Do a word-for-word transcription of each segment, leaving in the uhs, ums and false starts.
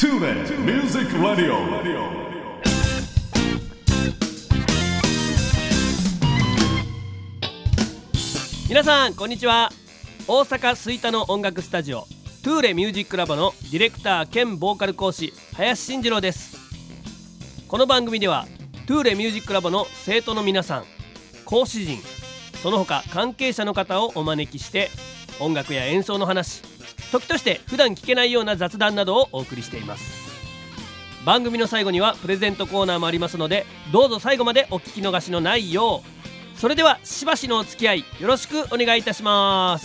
TuneIn Music Radio。 皆さんこんにちは。大阪吹田の音楽スタジオトゥーレミュージックラボのディレクター兼ボーカル講師林慎二郎です。この番組ではトゥーレミュージックラボの生徒の皆さん、講師陣、その他関係者の方をお招きして音楽や演奏の話、時として普段聞けないような雑談などをお送りしています。番組の最後にはプレゼントコーナーもありますので、どうぞ最後までお聞き逃しのないよう。それではしばしのお付き合いよろしくお願いいたします。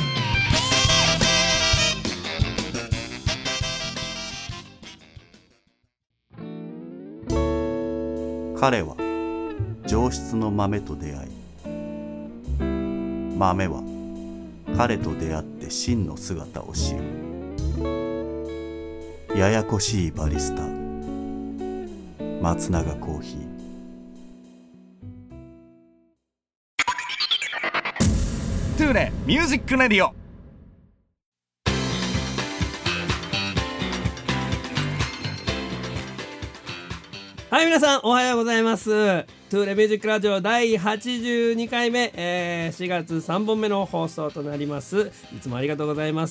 彼は上質の豆と出会い、豆は彼と出会って真の姿を知る。ややこしいバリスタ、松永コーヒー。 トゥーレミュージックレディオ。 はい、皆さんおはようございます。トゥーレミュージックラジオだいはちじゅうにかいめ、えー、しがつさんぼんめの放送となります。いつもありがとうございます。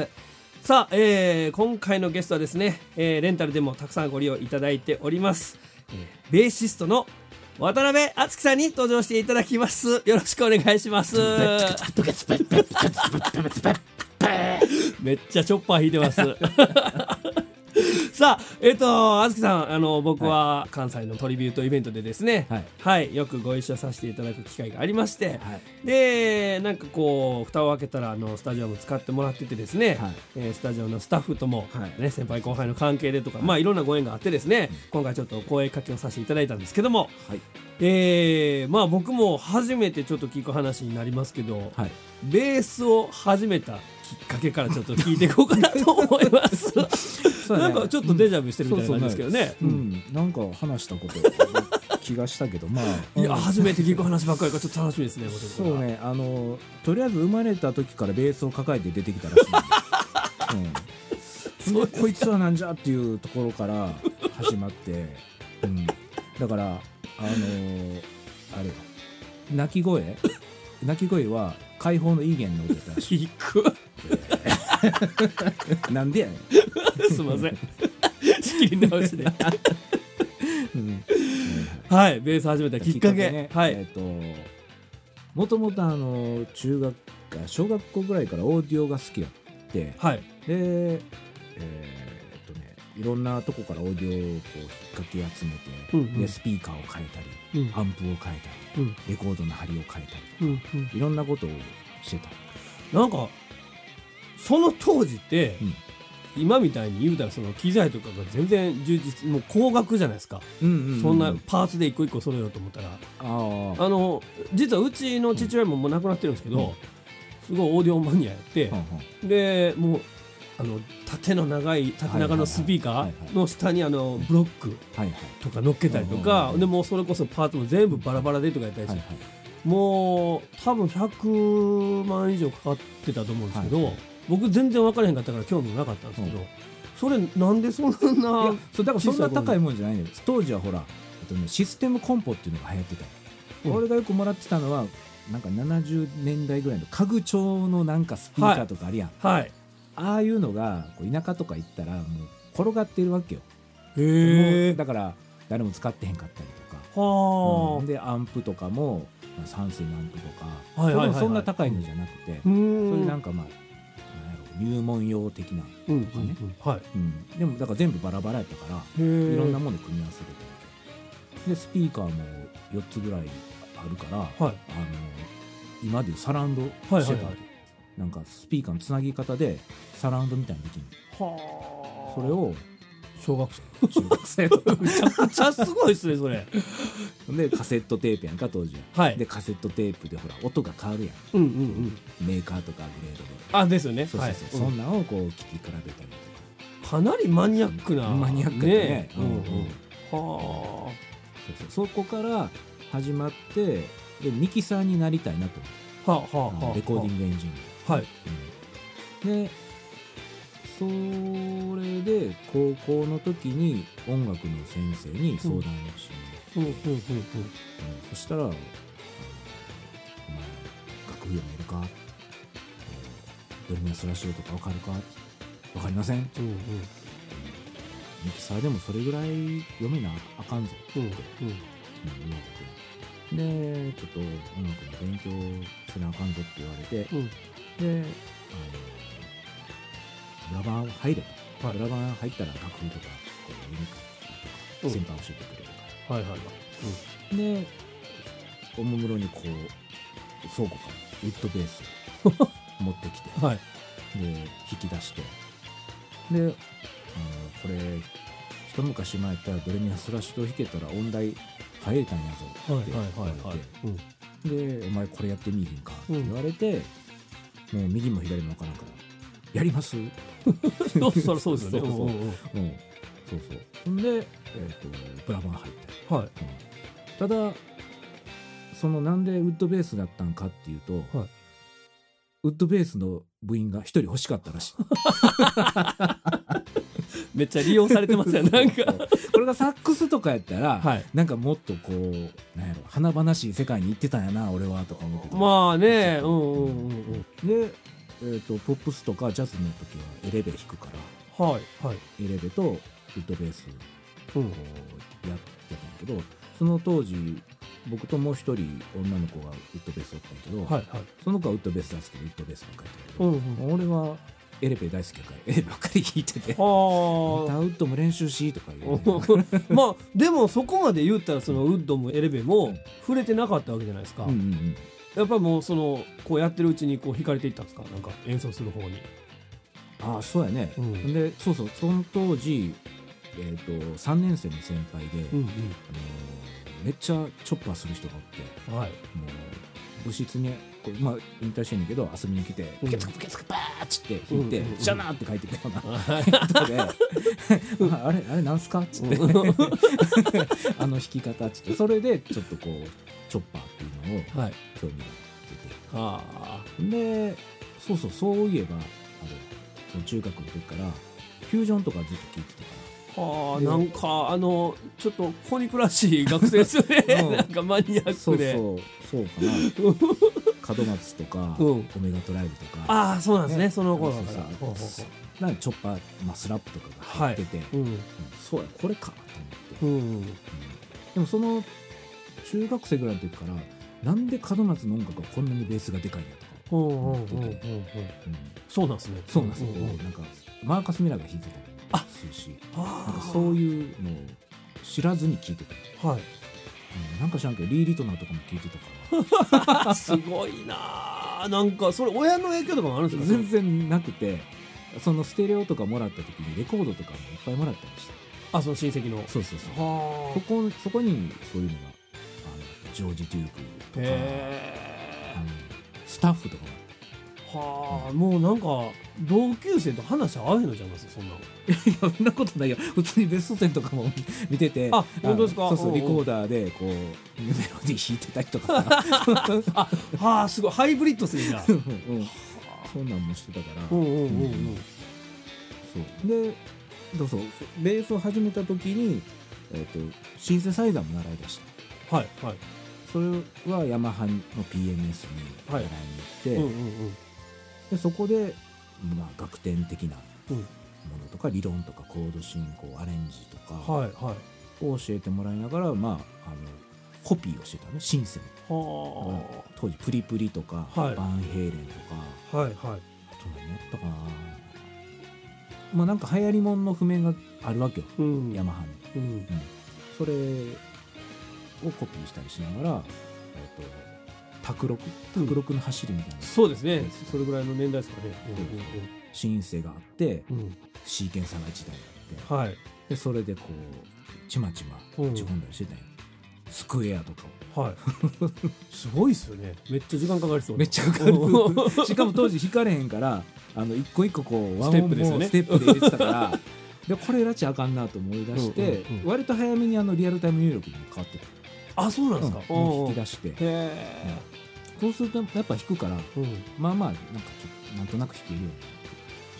さあ、えー、今回のゲストはですね、えー、レンタルでもたくさんご利用いただいております、えー、ベーシストの渡辺敦樹さんに登場していただきます。よろしくお願いします。めっちゃチョッパー弾いてますさあ、えっと敦樹さん、あの僕は関西のトリビュートイベントでですね、はい、はい、よくご一緒させていただく機会がありまして、はい、でなんかこう蓋を開けたらあのスタジオも使ってもらっててですね、はい、えー、スタジオのスタッフとも、はい、ね、先輩後輩の関係でとか、はい、まあいろんなご縁があってですね、今回ちょっと声かけをさせていただいたんですけども、はい、えー、まあ僕も初めてちょっと聞く話になりますけど、はい、ベースを始めたきっかけからちょっと聞いていこうかなと思いますそう、ね、なんかちょっとデジャブしてるみたいなんですけどね、 うんうん、なんか話したこと気がしたけど、まあいや初めて聞く話ばっかりからちょっと楽しみですね。 そうね、あのとりあえず生まれた時からベースを抱えて出てきたらしいんで、うん、そうこいつはなんじゃっていうところから始まって、うん、だからあのー、あれ鳴き声鳴き声は解放のいい弦の音だったらしい。 聞くなんでやねんすいません仕切り直しで、うん、はい、ベース始めたきっかけ、ね、はい、えーともともとあの中学か小学校ぐらいからオーディオが好きだって、はい、でえー、とねいろんなとこからオーディオをこう引っかき集めて、うんうん、でスピーカーを変えたり、うん、アンプを変えたり、うん、レコードの針を変えたりとか、うんうん、いろんなことをしてた。 なんかその当時って、うん、今みたいに言うたらその機材とかが全然充実、もう高額じゃないですか、うんうんうんうん、そんなパーツで一個一個揃えようと思ったら、ああの実はうちの父親ももう亡くなってるんですけど、うん、すごいオーディオマニアやって、うん、でもうあの縦の長い縦長のスピーカーの下にあのブロックとか乗っけたりとか、でもうそれこそパーツも全部バラバラでとかやったりして、はいはい、もう多分ひゃくまん以上かかってたと思うんですけど、はいはい、僕全然分からへんかったから興味もなかったんですけど、うん、それなんでそんな、いやそ, だからそんな高いもんじゃないのよ。当時はほら、えっとね、システムコンポっていうのが流行ってた、うん、俺がよくもらってたのはなんかななじゅうねんだいぐらいの家具調のなんかスピーカーとかあるやん、はいはい、ああいうのがこう田舎とか行ったらもう転がってるわけよ。へー、だから誰も使ってへんかったりとか、は、うん、でアンプとかも三水のアンプとか、はいはいはいはい、そ, そんな高いのじゃなくて、うん、そういうなんかまあ入門用的なとかね、うんうんうん、はい、うん、でもだから全部バラバラやったからいろんなもので組み合わせてたわけで、スピーカーもよっつぐらいあるから、はい、あの今でいうサラウンドしてたわけ、はいはいはい、なんかスピーカーのつなぎ方でサラウンドみたいにできるの。はあ、それを小学生中学生とめちゃくちゃすごいですねそれでカセットテープやんか当時は、はい、でカセットテープでほら音が変わるやん、うんうんうん、メーカーとかグレードで、あですよね、 そうそうそう、はい、そんなんをこう聞き比べたりとか、かなりマニアックな、 マニアックね、ね、うんうん、はあ、 そうそう、そこから始まってでミキサーになりたいなと思って、はあはあはあ、レコーディングエンジニア、はい、うん、でそれで高校の時に音楽の先生に相談をしに行って、うんうんうんうん、そしたら「お前学業見るか?」ドレミアスラシドとか分かるか?分かりません、うんうん、ミキサーでもそれぐらい読めなあかんぞって、うんうん、言われて、でちょっと音楽の勉強せなあかんぞって言われて、うん、であのブラバン入れと、はい、ブラバン入ったら楽譜とかこうユニカとか先輩教えてくれるから、はいはいはい、うん、でおもむろにこう倉庫からウッドベース持ってきて、はい、で引き出して、で、うん、これ一昔前やったらドレミファソラシド弾けたら音大入れたんやぞって言われて、でお前これやってみいひんかって言われて、うん、もう右も左も分からんからやりますそりゃそうですよね。そうそう、うんうん、 そうそうで、えー、とブラバン入って、はい、うん、ただそのなんでウッドベースだったんかっていうと、はい、ウッドベースの部員が一人欲しかったらしいめっちゃ利用されてますよなんかこれがサックスとかやったら、はい、なんかもっとこうなんやろ華々しい世界に行ってたんやな俺はとか思ってた。 まあね、うんうんうんうん、 で、えー、とポップスとかジャズの時はエレベ弾くから、はいはい、エレベとウッドベースをやってたんやけど、うん、その当時僕ともう一人女の子がウッドベースだったんやけど、はいはい、その子はウッドベース大好きでウッドベースばっかりやったけど、うんうん、俺はエレベ大好きやからエレベばっかり弾いてて、あーウッドも練習しとか言うまあでもそこまで言ったらそのウッドもエレベも触れてなかったわけじゃないですか、うんうんうん、やっぱりもうそのこうやってるうちにこう惹かれていったんですか、なんか演奏する方に。 ああそうやね、うん、でそうそうその当時、えー、とさんねん生の先輩で、うんうん、あのめっちゃチョッパーする人がおって、はい、もう部室にこう、まあ、引退してんだけど遊びに来てピケツクピケツクバーッつって弾いて、うんうん、じゃなーって書いてくるような人であ, あれあれなんすかっつってあの弾き方っつって、それでちょっとこうチョッパーっていうのを興味が出て、はい、でそうそうそういえばあれその中学の時からフュージョンとかずっと聴いてたから、 はあ、なんかあのちょっとコニクらしい学生ですね、うん、なんかマニアックで、 そうそうそうかな門松とか、うん、オメガトライブとか、 ああそうなんですね、その頃からそうそうなんかチョッパー、まあ、スラップとかが入ってて、はい、うん、そうやこれかと思って、うんうん、でもその中学生ぐらいの時からなんで門松の音楽がこんなにベースがでかいんやとか思ってて、 そうなんですね、 そうなんですよ、うんうん、なんかマーカス・ミラーが弾いてたりするし、なんかそういうのを知らずに聴いてた、はい、うん、なんか知らんけどリー・リトナーとかも聴いてたからすごいな、なんかそれ親の影響とかもあるんですか？ 全然なくて、そのステレオとかもらった時にレコードとかもいっぱいもらったりして、 あ、その親戚の、 そうそうそう、はそこそこにそういうのがあのジョージ・デュークとか、あのスタッフとかもはあ、うん、もうなんか同級生と話合わへんのじゃいます、そんなの。 いやそんなことないよ、普通にベストテンとかも見てて、 あ、本当ですか？ そうそう、リコーダーでこうメロディー弾いてたりとかあ、はあ、すごいハイブリッドするじゃん、うん、 そんなんもしてたから、うんうんうんうん、そうでどうぞベースを始めた時に、えーと、シンセサイザーも習いだした、はいはい、それはヤマハの ピーエムエス に習いに行って、はい、うんうんうん、でそこで、まあ、楽天的なものとか、うん、理論とかコード進行アレンジとかを教えてもらいながら、まあ、あのコピーをしてたね、シンセの、当時プリプリとか、はい、バンヘイレンとか、はいはい、あと何やったかな、まあなんか流行りもんの譜面があるわけよ、うん、ヤマハに、うんうん、それをコピーしたりしながら、えーと卓録卓録の走りみたいな、うん、 そうですね、それぐらいの年代ですかね、うんうんうん、 シンセがあって、うん、シーケンサーがいちだいあって、はい、でそれでこうちまちま打ち込んだりしてたんよ、うん、スクエアとかを、はい、 すごいっすよね、めっちゃ時間かかりそう、 めっちゃかかるしかも当時弾かれへんからあの一個一個こうワンオンもステップで入れてたからでこれ拉致あかんなと思い出して、うんうんうん、割と早めにあのリアルタイム入力にも変わってた。 あ、そうなんですか、 うん、引き出して、へー、そうするとやっぱ弾くから、うん、まあまあなんかちょっとなんとなく弾けるようになって、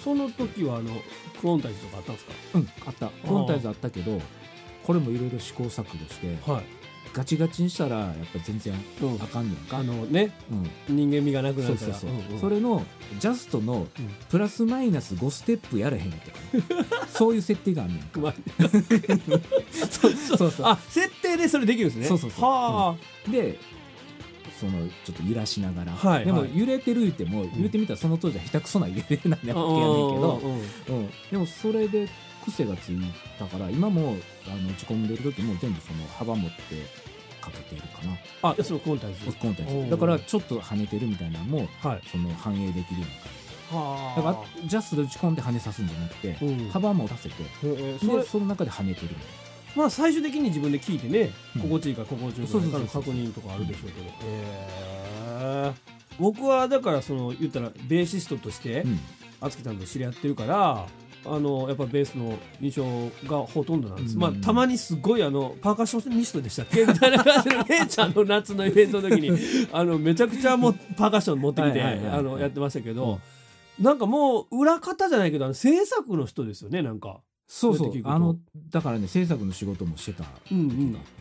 その時はあのクオンタイズとかあったんですか？ うんあったクオンタイズあったけどこれもいろいろ試行錯誤して、はい、ガチガチにしたらやっぱり全然あかんねんか、 うん、あのね、うん、人間味がなくなるからそうそうそう、うんうん、それのジャストのプラスマイナスごステップやれへんとか、そういう設定があんねんかそうそうそうあ設定でそれできるんですね。 そうそうそうは、うん、でそのちょっと揺らしながら、はい、でも揺れてる言っても、うん、言ってみたらその当時は下手くそな揺れなんやねんけど、うんうん、でもそれで癖がついたから今もあの打ち込んでる時も全部その幅持ってかけてるかな。 あ、そのコンタイズコンタイズだからちょっと跳ねてるみたいなのも、はい、その反映できるような感じだからジャストで打ち込んで跳ねさすんじゃなくて、うん、幅も出せてで そ, その中で跳ねてるみたいな。 まあ最終的に自分で聞いてね、うん、心地いいか心地よくないかの確認とかあるでしょうけど、へー僕はだからその言ったらベーシストとしてあつきさんと知り合ってるからあのやっぱベースの印象がほとんどなんです、うんまあ、たまにすごいあのパーカッショニストでしたっけみたいな感じの姉ちゃんの夏のイベントの時にあのめちゃくちゃもうパーカッション持ってきてやってましたけど、うん、なんかもう裏方じゃないけどあの制作の人ですよね。なんかそうそうあのだからね制作の仕事もしてた時があって、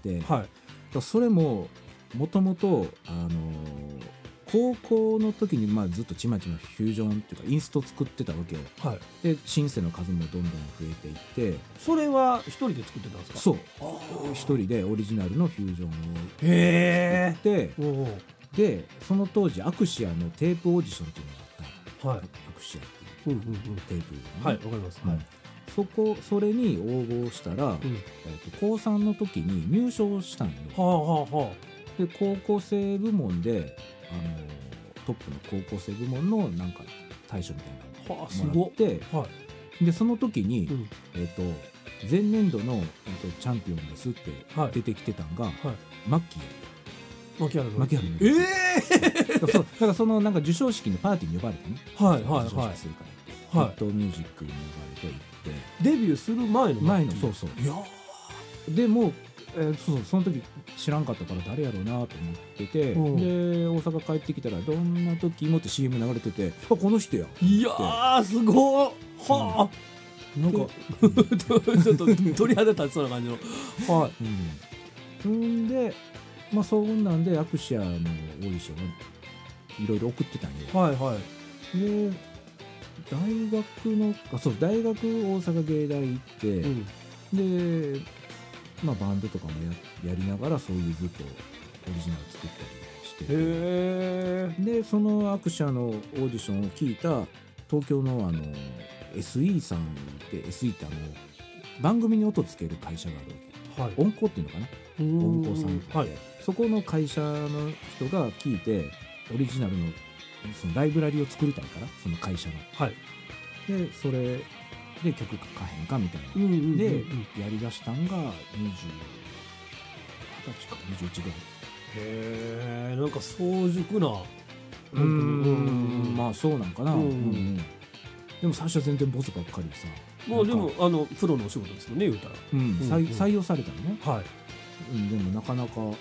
うんうんはい、だそれももともとあの高校の時にまあずっとちまちまフュージョンっていうかインスト作ってたわけよ、はい、でシンセの数もどんどん増えていってそれは一人で作ってたんですか？ そう一人でオリジナルのフュージョンを作ってでその当時アクシアのテープオーディションっていうのがあった、はい、アクシアっていう、うんうんうん、テープ、ね、 はいわかります、はいそこそれに応募したら、うんえー、と高さんの時に入賞したんよ、はあはあはあ、で高校生部門で、あのー、トップの高校生部門のなんか大賞みたいなのをもらって、はあはい、でその時に、うんえー、と前年度の、えー、とチャンピオンですって出てきてたんが、はいはい、マッキーやマキハルのマキハルのええー、 だからそのなんか授賞式のパーティーに呼ばれてねはいはいはい授賞式するからはい、ヘッドミュージックに呼ばれて行ってデビューする前の前のそうそういやでも、えー、そうそうその時知らんかったから誰やろうなと思ってて、うん、で大阪帰ってきたらどんな時もって シーエム 流れててあこの人やいやーすごっはあ、うん、なんかちょっと鳥肌立ちそうな感じのはい、 うん、んでまあそうなんでアクシアのオーディションをいろいろ送ってたんよはいはいで大学のあそう大学大阪芸大行って、うん、で、まあ、バンドとかも や, やりながらそういうずっとオリジナル作ったりしててへでそのアクシャのオーディションを聞いた東京の, あの エスイー さんって エスイー ってあの番組に音つける会社があるわけ、はい、音工っていうのかな音工さんって、はい、そこの会社の人が聞いてオリジナルのそのライブラリを作りたいからその会社の、はい、でそれで曲書かへんかみたいな、うんうんうんうん、でやりだしたんがにじゅうはたちかにじゅういちぐらいへえんか早熟なうんうんまあそうなんかな、うんうんうん、でも最初は全然ボツばっかりでさまあでもあのプロのお仕事ですよね言うたら、 うんうんうん、採, 採用されたのね、はいうん、でもなかなか、うん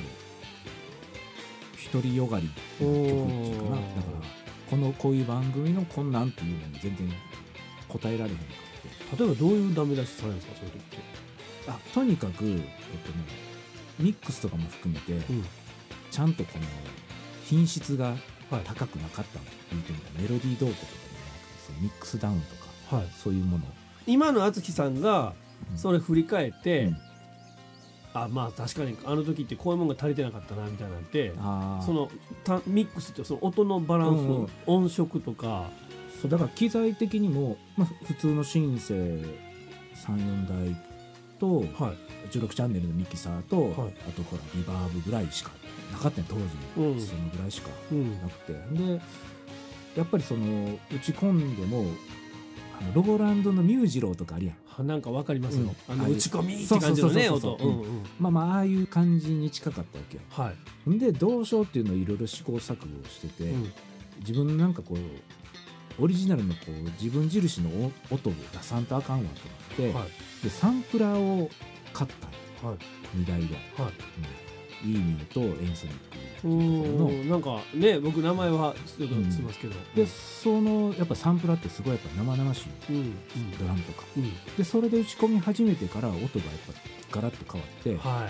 独りよがりの曲っていうかなだからこのこういう番組のこんなんっていうのに全然答えられへんかって例えばどういうダメ出しされるんですかそういう時ってあとにかく、えっとね、ミックスとかも含めて、うん、ちゃんとこの品質が高くなかったのと言ってみたらメロディー動向とかでそのミックスダウンとか、はい、そういうもの今のあつきさんがそれ振り返って、うんあまあ確かにあの時ってこういうものが足りてなかったなみたいなんてそのミックスってその音のバランス、うんうん、音色とかそうだから機材的にも、まあ、普通のシンセさんよんだいと、はい、じゅうろくチャンネルのミキサーと、はい、あとほらリバーブぐらいしかなかったね当時、うん、そのぐらいしかなくて、うん、でやっぱりその打ち込んでもロゴランドのミュージローとかあるやんなんかわかりますよ、うん、あの打ち込みって感じのね音まあまあああいう感じに近かったわけよ、はい、でどうしようっていうのをいろいろ試行錯誤してて、うん、自分のなんかこうオリジナルのこう自分印の音を出さんとあかんわと思って、はい、でサンプラーを買った、はい、にだいぐらい、はいうん、イーミーとエンソニックっていうところのなんかね僕名前はすぐしますけど、 うん、でそのやっぱサンプラーってすごいやっぱ生々しい、うん、ドラムとか、うん、でそれで打ち込み始めてから音がやっぱガラッと変わって、はい、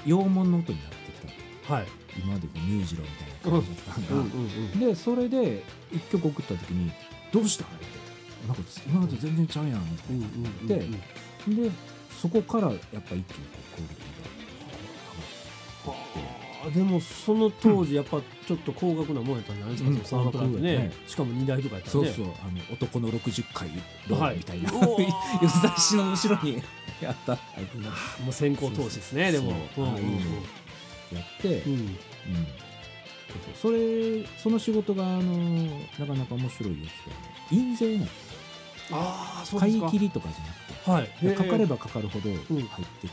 洋物の音になってきた、はい、今までミュージロみたいな感じだったんだ、うんうんうん、でそれでいっきょく送った時にどうしたってなんか今まで全然ちゃうやんみたいな、うんうんうんうん、でそこからやっぱ一気にこうクオリティが上がって、 でもその当時やっぱちょっと高額なもんやったんじゃないですか、うん、そのサンプラーってね、ね、しかもにだいとかやったらね、 そうそうあの男のろくじゅっかいローンみたいな、はい、雑誌の後ろにやったもう先行投資ですね。でもそうそう、うんうんうん、やって、うんうん、そうそうそれその仕事があのなかなか面白いやつで印税のああそうですか買い切りとかじゃなくて、はい、かかればかかるほど入ってくるっていう、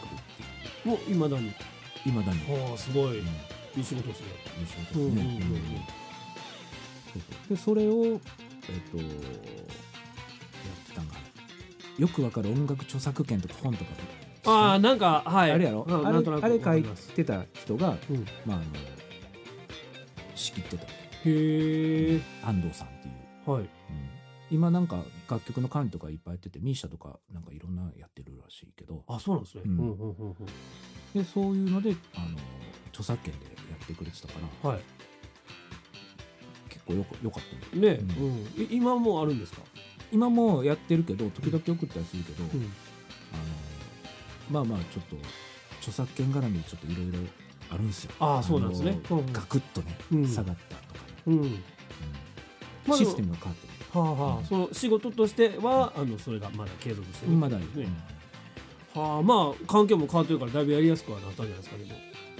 もういまだにいまだにああすごい、うん、いい仕事ですね。 いい仕事ですね、うんうんうんうん、そうそうでそれをえっ、ー、とやってたんがよくわかる音楽著作権とか本とかああなんかはいあれやろ、うん、あれなんとなくあれ書いてた人が、うん、まああの仕切ってた。へえ、 安藤さんっていう、はい、うん、今なんか楽曲の管理とかいっぱいやっててミーシャとかなんかいろんなやってるらしいけど、 あそうなんですね、うんうんうんうん、 でそういうのであの著作権でやってくれてたから、はい、結構よよかったね、ね、うんうん、今もあるんですか？ 今もやってるけど時々送ったりするけど、うん、あのまあまあちょっと著作権絡みでちょっといろいろあるんですよ。 ああそうなんですね。 ガクッとね、うん、下がったとか、ね、うんうんまあ、システムが変わってる。 はあはあ、うん、その仕事としては、うん、あのそれがまだ継続してる、 まだね、 うん、はあまあ環境も変わってるからだいぶやりやすくはなったんじゃないですかね。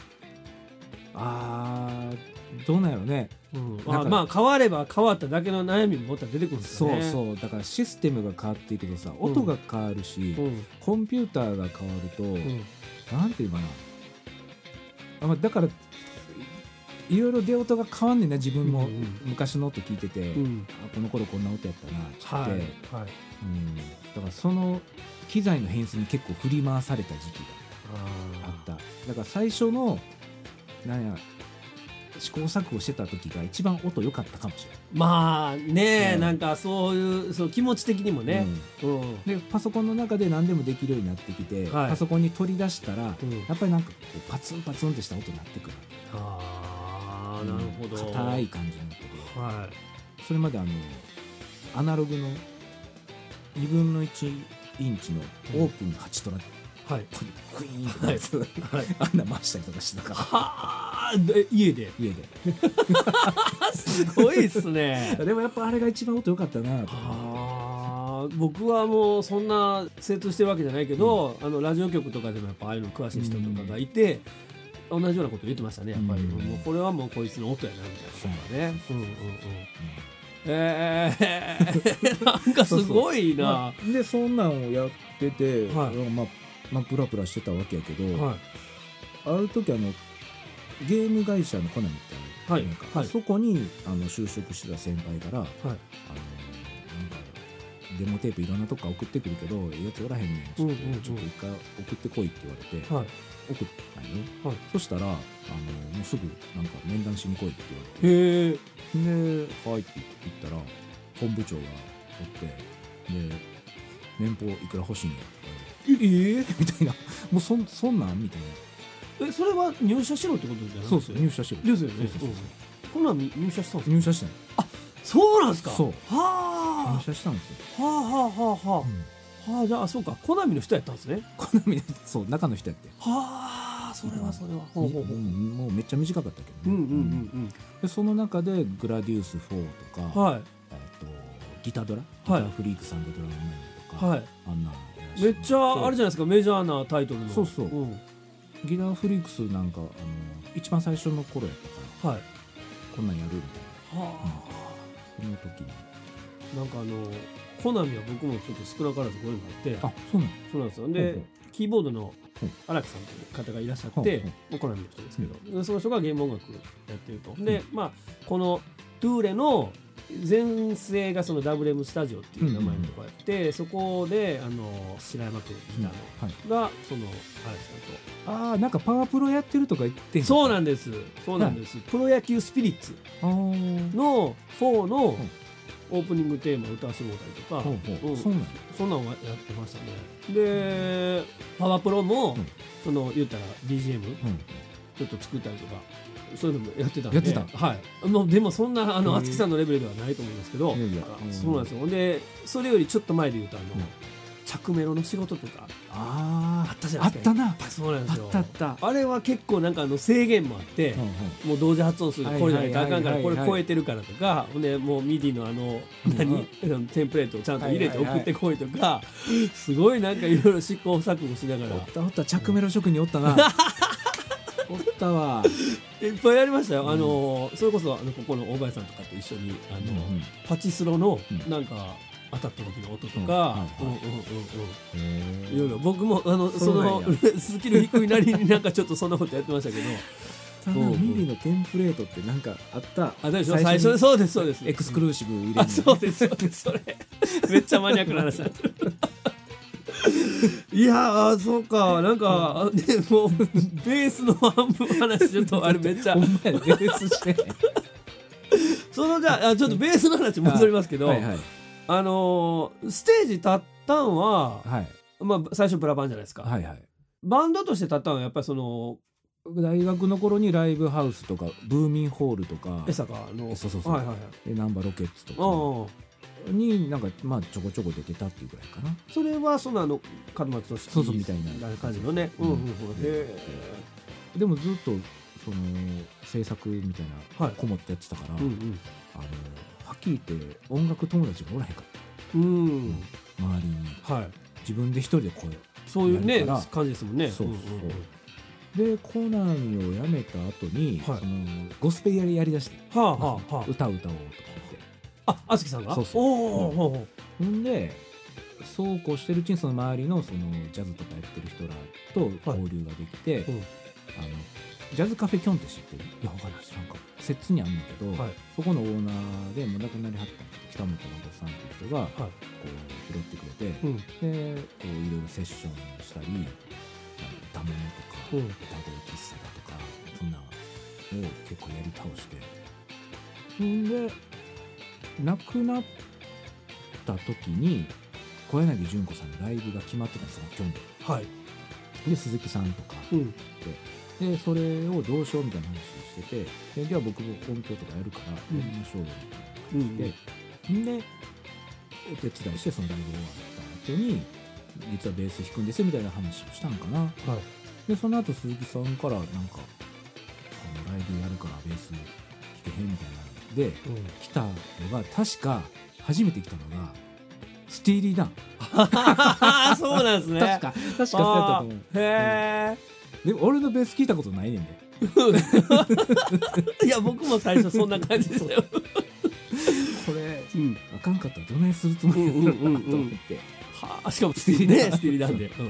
あーどうなんやろね、 うん、あまあ変われば変わっただけの悩みももっと出てくるんですよね。 そうそうだからシステムが変わっていくとさ音が変わるし、うん、コンピューターが変わると、うん、なんていうかなあだからいろいろ出音が変わんねんな自分も、うんうん、昔の音聞いてて、うん、あこの頃こんな音やったなって、はいはいうん、だからその機材の変数に結構振り回された時期があった。だから最初のなんや試行錯誤してた時が一番音良かったかもしれない。 まあね、うん、なんかそういうそう気持ち的にもね、 うんうん、でパソコンの中で何でもできるようになってきて、はい、パソコンに取り出したら、うん、やっぱりなんかこうパツンパツンってした音になってくるわけ。 あなるほど硬い感じの音で、はい、それまであのアナログのにぶんのいちインチのオープンはちトラック、はい、クイーンってやつ、はいはい、あんな回したりとかしてたからはで家で家ですごいっすねでもやっぱあれが一番音良かったなとあ僕はもうそんな精通してるわけじゃないけど、うん、あのラジオ局とかでもやっぱああいうの詳しい人とかがいて、うん、同じようなこと言ってましたねやっぱり、うん、もうこれはもうこいつの音やなみたいなことがねうんうんうんえー、なんかすごいな。 まあ、でそんなんをやってて、はいまあまあ、プラプラしてたわけやけど、はい、ある時あのゲーム会社のコナミってある、はい、なんかはい、そこにあの就職してた先輩から、はい、あのなんかデモテープいろんなとこから送ってくるけどやつおらへんねんちょっと、うんうんうん、ちょっと一回送ってこいって言われて、はい、送ったんよ、はい、そしたらあのもうすぐなんか面談しに来いって言われてへで「はい」って言ったら本部長がおってで年俸いくら欲しいんやとか言われてええー、みたいなもうそんそんなんみたいなえそれは入社しろってことじゃないそうそう入社しろですよねそうそうそうこんなん入社したんですか入社したのあそうなんですかそうはあ入社したんですよはあはあはあはあ、うん、はあじゃあそうかコナミの人やったんですねコナミのそう中の人やってはあそれはそれはほうほうほうもうめっちゃ短かったけどね、うんうんうんうん、でその中でグラディウスフォーとか、はいえー、とギタドラ、はい、ギターフリークさんでドラムメンとか、はい、あんなめっちゃあれじゃないですかメジャーなタイトルのそうそう、うん、ギターフリークスなんかあの一番最初の頃やったから、はい、こんなんやるみたいな、はあうん、この時になんかあのコナミは僕もちょっと少なからずご縁があってあそうなんそうなんですよで、うん、キーボードの荒木さんという方がいらっしゃって、うん、コナミの人ですけど、うん、その人がゲーム音楽やってると、うん、でまあこのトゥーレの前世がその ダブリューエム スタジオっていう名前のとこやって、うんうん、そこであの白山君ギターの、はい、がその嵐さんとああなんかパワープロやってるとか言ってんそうなんですそうなんです、はい、プロ野球スピリッツのフォーのオープニングテーマを歌わせてもらったりとか、うんうん、そうなんそんなんはやってましたね。でパワープロも、うん、その言ったら ビージーエム、うん、ちょっと作ったりとかそういうのもやってたんでやってた、 はい、もうでもそんなあの敦貴さんのレベルではないと思いますけど、いやいやそうなんですよ。でそれよりちょっと前で言うとあの、うん、着メロの仕事とかああったじゃないですか。 あったな。 そうなんですよ。 あったあった。あれは結構なんかあの制限もあって、うんうん、もう同時発音するこれじゃないとあかんからこれ超えてるからとか、ほんでもうミディのあの何、うん、テンプレートをちゃんと入れて送ってこいとか、はいはいはい、すごいなんかいろいろ試行錯誤しながら。 おったおった着メロ職人おったな。おったわ。 いっぱいやりましたよ。あのそれこそあのここの大林さんとかと一緒にあの、うんうん、パチスロのなんか。当たった時の音とかいろいろ僕もあのそのスキル低いなりになんかちょっとそんなことやってましたけどただミディのテンプレートってなんかあったあでしょ最初そうですそうですエクスクルーシブ入れるの、 あそうですそうですそれめっちゃマニアックな話だったいやーそうかなんかでもベースの半分話ちょっとあれめっちゃほんまやベースしてそのじゃあちょっとベースの話戻りますけど、はいはいあのー、ステージ立ったんは、はいまあ、最初ブラバンじゃないですか、はいはい、バンドとして立ったのはやっぱりその大学の頃にライブハウスとかブーミンホールとか江坂のそうそうそう、はいはいはい、ナンバーロケッツとかになんかまあちょこちょこ出てたっていうぐらいかな。 それはそのあの門松俊樹みたいな感じのね、うんうんうん、へでもずっとその制作みたいなこもってやってたから、はいうんうん、あのはっきり言って音楽友達がおらへんかった、うんうん、周りに、はい、自分で一人でこうそういうね感じですもんね。 そうそう、うんうん、でコナミを辞めた後に、はい、そのゴスペルやりだして、はあはあはあ、歌を歌おうとかってあ敦貴さんがそうそうおお、うん、ほんでそうこうしてるうちにその周りのそのジャズとかやってる人らと交流ができて、はいうん、あのジャズカフェキョンって知ってる？ いやわかんないです。 なんか摂津にあるんだけど、はい、そこのオーナーでもう亡くなりはった北本誠さんっていう人が、はい、こう拾ってくれて、うん、でこういろいろセッションしたり歌物とか、うん、歌声喫茶だとかそんなのを結構やり倒してんで亡くなった時に小柳純子さんのライブが決まってたんですよキョンで、はい、で鈴木さんとか、うんででそれをどうしようみたいな話をしててででは僕も音響とかやるからやりましょうよみたいな話で、うん、で手伝いしてそのライブ終わった後に実はベース弾くんですよみたいな話をしたんかな、はい、でその後鈴木さんからなんかあのライブやるからベース弾けへんみたいなので、うん、来たのが確か初めて来たのがスティーリー・ダンそうなんですね確か確かそうやったと思う。 へーでも俺のベース聞いたことないねんでいや僕も最初そんな感じでしたよこれ、うん、あかんかったらどないするつもりやろうなと思って、うんうんうん、はあしかもスティーリーねスティーリーなんで、うん、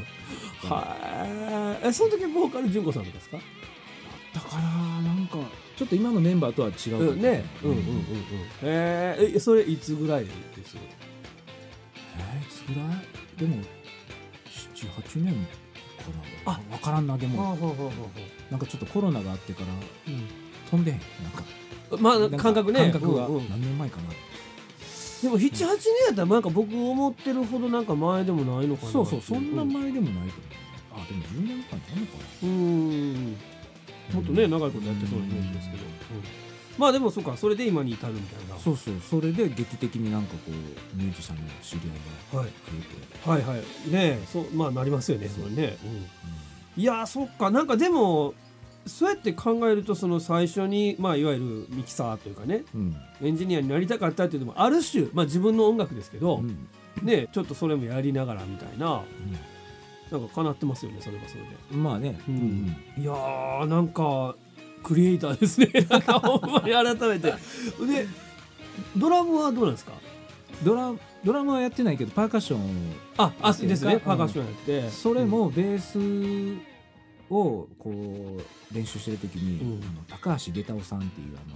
はえその時ボーカル純子さんとかですか？ だからなんかちょっと今のメンバーとは違う、 うんねうんうんうんうんえー、それいつぐらいですよ？ えー、いつぐらいでもななはちねんあ分からんなでもなんかちょっとコロナがあってから、うん、飛んでへんなんかまあ感覚ね感覚が何年前かな、うんうん、 でもななはちねんやったらなんか僕思ってるほどなんか前でもないのかな。 そうそうそんな前でもないと思う、うん、あでもじゅうねんかんちゃうのかなうんもっとね長いことやってそうなイメージですけど、うん、まあでもそうかそれで今に至るみたいな。 そうそうそれで劇的になんかこうミュージシャンの知り合いが増えて、 はい、はいはいねえそうまあなりますよねそれね、うんうん、いやそっかなんかでもそうやって考えるとその最初にまあいわゆるミキサーというかね、うん、エンジニアになりたかったっていうのもある種まあ自分の音楽ですけど、うん、ねちょっとそれもやりながらみたいな、うん、なんか叶ってますよねそれはそれで。 まあね、うんうん、いやーなんかクリエイターですねなんかほんまに改めてでドラムはどうなんですか？ ドラドラムはやってないけどパーカッションああですねパーカッションやって、 うん、それもベースをこう練習してる時に、うん、あの高橋下駄夫さんっていうあの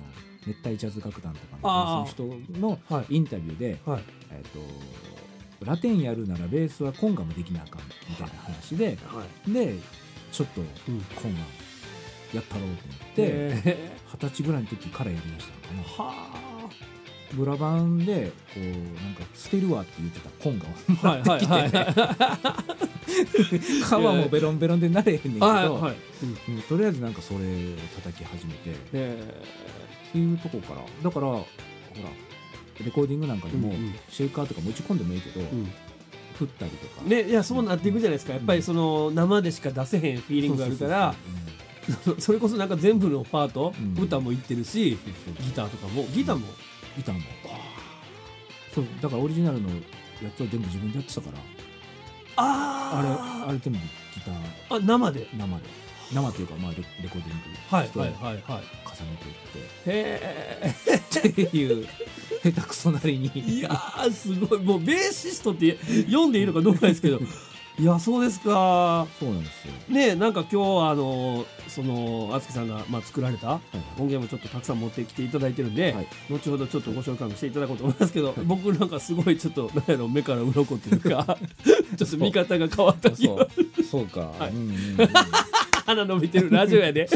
熱帯ジャズ楽団とかのそういう人のインタビューで、はいはい、えーとラテンやるならベースはコンガもできなあかんみたいな話で、はい、でちょっとコンガやったろうと思って二十歳ぐらいの時からやりましたのかな。はブラバンでこうなんか捨てるわって言ってたコンガを持ってきて、はいはいはい、皮もベロンベロンでなれへんねんけど、はいはいうんうん、とりあえずなんかそれを叩き始めてっていうとこからだからほらレコーディングなんかでもシェイカーとか持ち込んでもいいけど、うん、振ったりとかねいやそうなっていくじゃないですか。やっぱりその生でしか出せへんフィーリングがあるからそれこそなんか全部のパート、うん、歌もいってるしギターとかもギターもギターもそうだからオリジナルのやつは全部自分でやってたからああれあれ全部ギターあ生で生で生というかまあ レ, レコーディングして重ねていって、 へーっていう下手くそなりにいやーすごいもうベーシストって読んでいいのかどうかですけどいやそうですか。 そうなんですよね。なんか今日あのそのあつきさんがまあ作られた音源もちょっとたくさん持ってきていただいてるんで、はい、後ほどちょっとご紹介もしていただこうと思いますけど、はい、僕なんかすごいちょっとなんやろ目から鱗というかちょっと見方が変わった気がそうそうか、はいうんうんうん、 鼻伸びてるラジオやで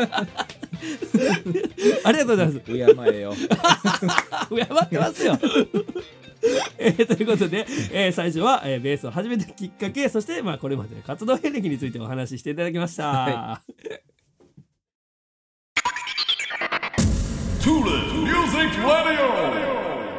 ありがとうございます。 敬えよ敬ってますよえー、ということで、えー、最初は、えー、ベースを始めたきっかけそして、まあ、これまでの活動経歴についてお話ししていただきました、はい、 Tulip Music Radio。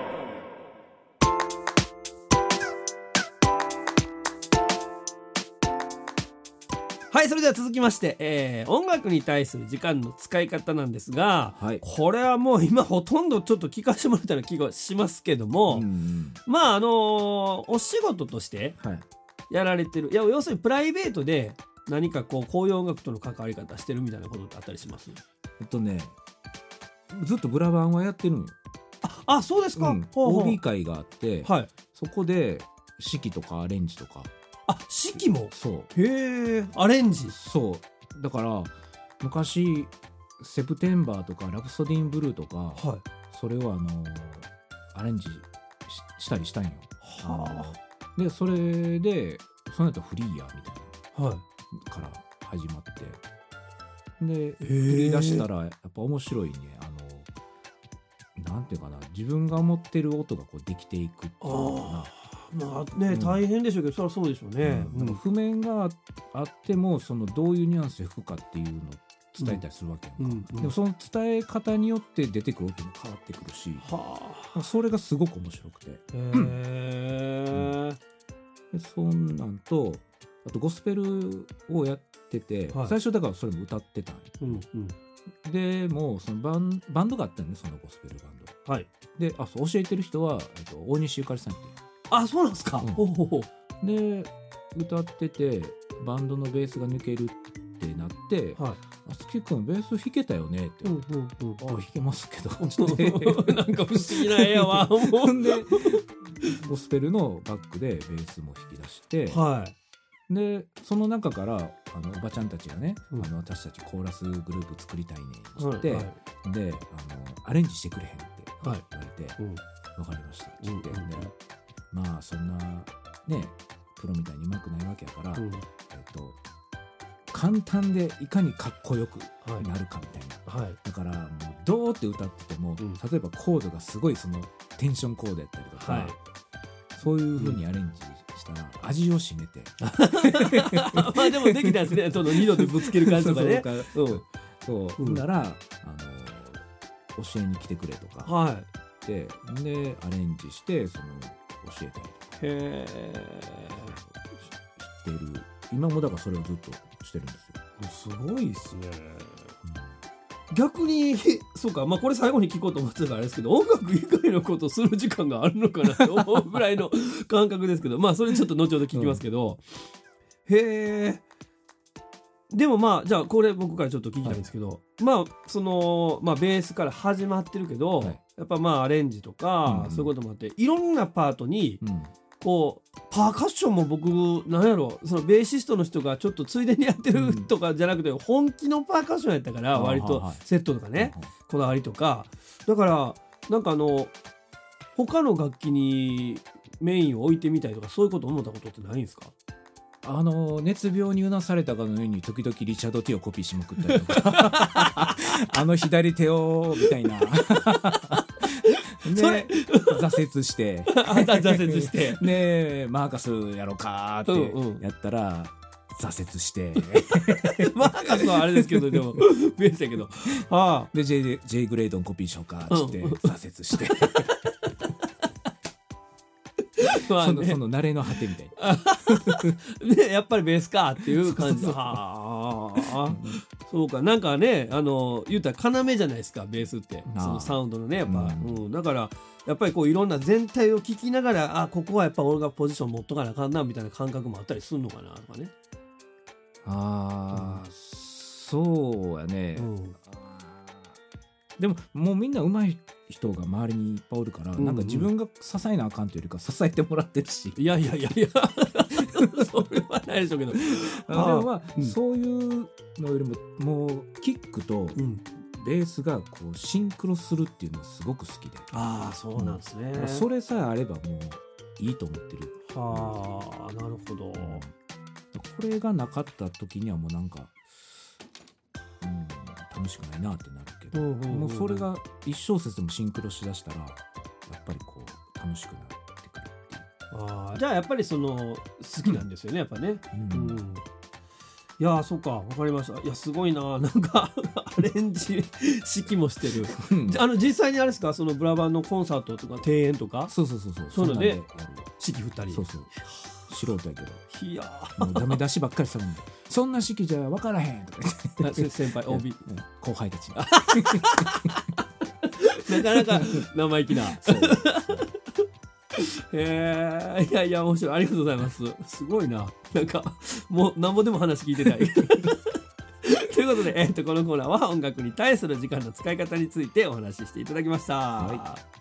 はい、それでは続きまして、えー、音楽に対する時間の使い方なんですが、はい、これはもう今ほとんどちょっと聞かせてもらったような気がしますけども、うんうん、まああのー、お仕事としてやられてる、はい、いや要するにプライベートで何かこうこういう音楽との関わり方してるみたいなことってあったりします？ えっとねずっとブラバンはやってるんよ。 あ、あそうですか、うん、ほうほう オービー 会があって、はい、そこで指揮とかアレンジとかあ、指揮もそうへえアレンジそうだから昔セプテンバーとかラプソディンブルーとか、はい、それをあのアレンジ し, したりしたんよ。はあ、でそれでその後フリーヤーみたいな、はい、から始まってで振り出したらやっぱ面白いね。あのなんていうかな自分が思ってる音がこうできていくっていうのかな。 まあね、うん、大変でしょうけどそりゃそうでしょうね、 うん、譜面があってもそのどういうニュアンスで吹くかっていうのを伝えたりするわけやんか、うんうんうん、でもその伝え方によって出てくる音も変わってくるし、はあ、それがすごく面白くてへえ、うん、でそんなんとあとゴスペルをやってて、はい、最初だからそれも歌ってたんよ、うんうん、でもうそのバン、バンドがあったよねそのゴスペルバンド、はい、であそう教えてる人は、えっと、大西ゆかりさんってあ、そうなんですか、うん、ほうほうほうで歌っててバンドのベースが抜けるってなって、はい、あつきくんベース弾けたよねって、うんうんうん、あ弾けますけどなんか不思議な絵やわほんでゴスペルのバックでベースも弾き出して、はい、でその中からあのおばちゃんたちがね、うん、あの私たちコーラスグループ作りたいねって、はいはい、であのアレンジしてくれへんって言われて、はいうん、分かりましたって言って、うんうんでまあそんなねプロみたいに上手くないわけやから、うんえっと、簡単でいかにかっこよくなるかみたいな、はい、だからもうドーって歌ってても、うん、例えばコードがすごいそのテンションコードやったりとか、はい、そういう風にアレンジしたら味を占めて、 うん、まあでもできたんですねその二度でぶつける感じとかねそうそうそう、うん、ならあの教えに来てくれとか、はい、で, でアレンジしてその教えたりとかへしてる今もだからそれをずっとしてるんですよ。すごいですね、うん、逆にそうかまあこれ最後に聞こうと思ってたからあれですけど音楽以外のことをする時間があるのかなと思うぐらいの感覚ですけどまあそれちょっと後ほど聞きますけど、うん、へえでもまあじゃあこれ僕からちょっと聞きたいんですけど、はい、まあそのまあベースから始まってるけど、はい、やっぱまあアレンジとか、うん、そういうこともあっていろんなパートにこうパーカッションも僕なんやろそのベーシストの人がちょっとついでにやってるとかじゃなくて、うん、本気のパーカッションやったから割とセットとかねこだわりとかだからなんかあの他の楽器にメインを置いてみたいとかそういうこと思ったことってないんですか？ あの熱病にうなされたかのように時々リチャード・ティをコピーしまくったりとかあの左手をみたいなで挫折して挫折してねマーカスやろうかってやったら、うんうん、挫折してマーカスはあれですけどでもベースやけど、はあ、 で J, J グレードンコピーしようかって、うん、挫折してまあね、そのその慣れの果てみたいなね、やっぱりベースかっていう感じではあそうかなんかねあの言うたら要じゃないですかベースってそのサウンドのねやっぱ、うんうん、だからやっぱりこういろんな全体を聞きながらあここはやっぱ俺がポジション持っとかなあかんなみたいな感覚もあったりするのかなとかねあ、うん、そうやね、うん、でももうみんな上手い人が周りにいっぱいおるから、うんうん、なんか自分が支えなあかんというよりか支えてもらってるしいやいやいやいやそれはないでしょうけどでもまあ、うん、そういうのよりももうキックとベースがこうシンクロするっていうのがすごく好きでああそうなんですね、 うん、それさえあればもういいと思ってるはあ、うん、なるほど、うん、これがなかった時にはもうなんか、うん、楽しくないなってなるけど、うんうんうん、もうそれが一小節でもシンクロしだしたらやっぱりこう楽しくなってくるっていうあじゃあやっぱりその好きなんですよね、うん、やっぱね、うんうん、いやそうか分かりましたいやすごいななんかアレンジ式もしてるあの実際にあれですかそのブラバンのコンサートとか庭園とかそうそうそうそうそういうので式振ったりそうそう素人やけどいやもうダメ出しばっかりするんでそんな式じゃ分からへんとか言って先輩 オービー後輩たちなかなか生意気なへえいやいや面白いありがとうございますすごいななんかもうなんぼでも話聞いてたいということで、えー、とこのコーナーは音楽に対する時間の使い方についてお話ししていただきました、はい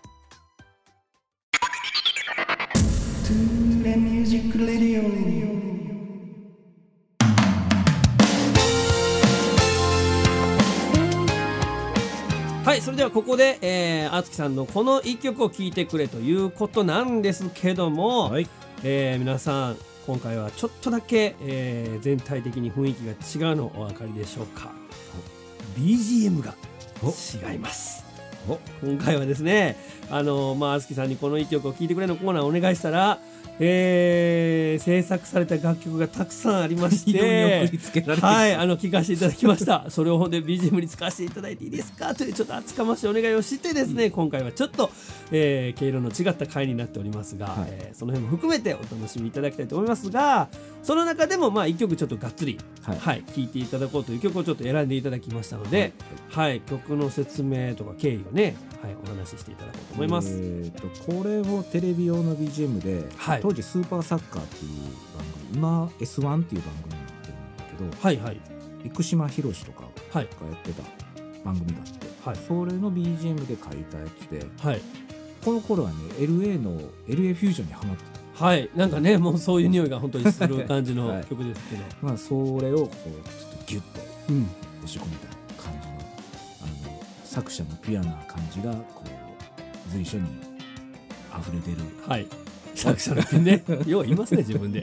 はい、それではここで、えー、あつきさんのこの一曲を聴いてくれということなんですけども、はいえー、皆さん今回はちょっとだけ、えー、全体的に雰囲気が違うのお分かりでしょうか。 ビージーエム が違います。今回はですねあのまああつきさんにこの一曲を聴いてくれのコーナーをお願いしたらえー、制作された楽曲がたくさんありましてはいあの聴かせていただきましたそれをほんで ビージーエム に使わせていただいていいですかというちょっと厚かましいお願いをしてですね、うん、今回はちょっと、えー、毛色の違った回になっておりますが、はいえー、その辺も含めてお楽しみいただきたいと思いますがその中でもまあいっきょくちょっとがっつり聴、はいはい、いていただこうという曲をちょっと選んでいただきましたので、はいはい、曲の説明とか経緯をね、はい、お話ししていただこうと思います。 えー、とこれもテレビ用の ビージーエム で、はい、当時スーパーサッカーっていう番組今 エスワン っていう番組になってるんだけど、はいはい、生島博士とかがやってた番組があって、はい、それの ビージーエム で書いたやつで、はい、この頃はね エルエー の エルエー フュージョンにハマってたはいなんかねもうそういう匂いが本当にする感じの曲ですけど、はいまあ、それをこうちょっとギュッと押し込めた感じの、うん、あの作者のピュアな感じがこう随所に溢れてるはい作者のピュねよう言いますね自分で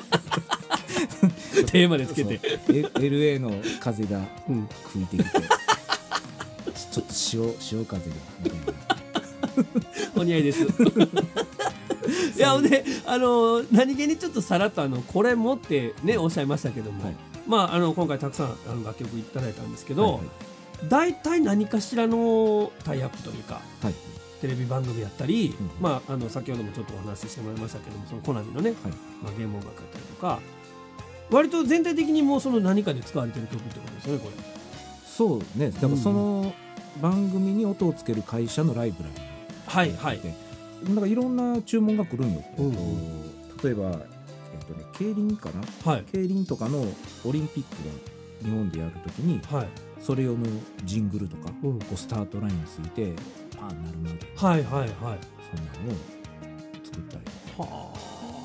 テーマでつけてエルエー の風が吹いてきて、うん、ちょっと潮潮風がお似合いですいやであの何気にちょっとさらっとあのこれもってねおっしゃいましたけども、はい、まああの今回たくさんあの楽曲いただいたんですけど、はいはい、大体何かしらのタイアップというか、はい、テレビ番組やったり、うんまあ、あの先ほどもちょっとお話ししてもらいましたけどもそのコナミのね、はいまあ、ゲーム音楽やったりとか割と全体的にもうその何かで使われてる曲ってことですよねこれ。 そうねだからその番組に音をつける会社のライブラリーはいはいだからいろんな注文が来るんよ、うんうん、例えば、えっとね、競輪かな、はい、競輪とかのオリンピックが日本でやるときに、はい、それ用のジングルとか、うん、こうスタートラインについてパーンなるまではいはいはいそんなのを作ったりは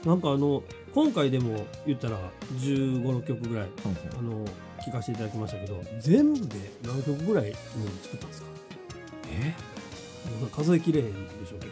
なんかあの今回でも言ったらじゅうごろっきょくぐらい、うんうん、あの聴かせていただきましたけど、全部で何曲ぐらいもう作ったんですか？ え数えきれへんでしょうけど。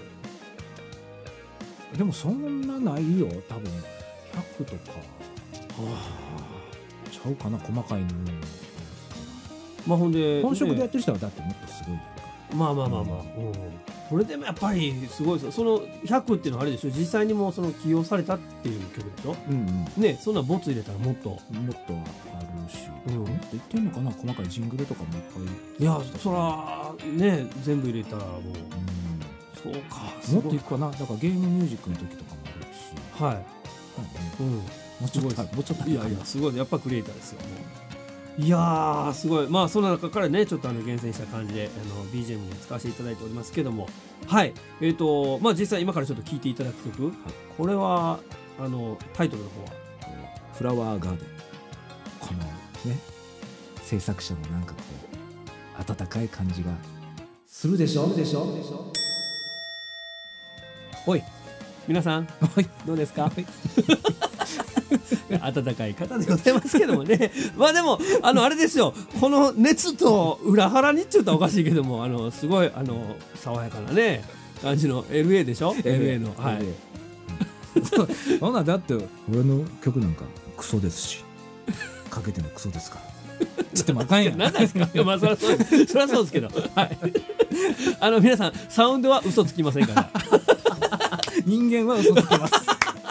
でもそんなないよ、多分ひゃくとか、はあ、ちゃうかな、細かいの。 まあほんで本職でやってる人はだってもっとすごいやんか。 まあまあまあまあ、うんうん、これでもやっぱりすごいですよ。そのひゃくっていうのはあれでしょ、実際にもうその起用されたっていう曲でしょ、うんうん、ね、そんなボツ入れたらもっともっとあるし、うん、もっと言ってんのかな、細かいジングルとかもいっぱい。 いやそらね全部入れたらもう、うん、そうか、 もっといくかな。だからゲームミュージックの時とかもあるし、 はい、はい、うん、もうちょっともうちょっといやいやすごい、やっぱクリエイターですよ。もういやーすごい。まあその中からねちょっとあの厳選した感じであの ビージーエム に使わせていただいておりますけども、はいえーとまあ実際今からちょっと聴いていただく曲、はい、これはあのタイトルの方はフラワーガーデン。このね制作者のなんかこう温かい感じがするでしょでしょでしょ。 おい皆さんどうですか温かい方でございますけどもねまあでもあのあれですよ、この熱と裏腹にって言ったらおかしいけども、あのすごいあの爽やかなね感じの エルエー でしょ エルエー の、はい、 そんなだって俺の曲なんかクソですしかけてもクソですからちょっとまかんやん何なんですか。いやまあそりゃそうです、そりゃそうですけど、はい、あの皆さんサウンドは嘘つきませんから人間は嘘つきます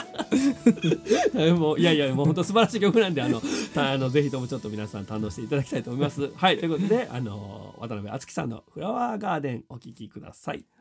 もういやいやもう本当素晴らしい曲なんで、あのあのぜひともちょっと皆さん堪能していただきたいと思います。はい、ということであの渡辺敦樹さんのフラワーガーデンお聴きください。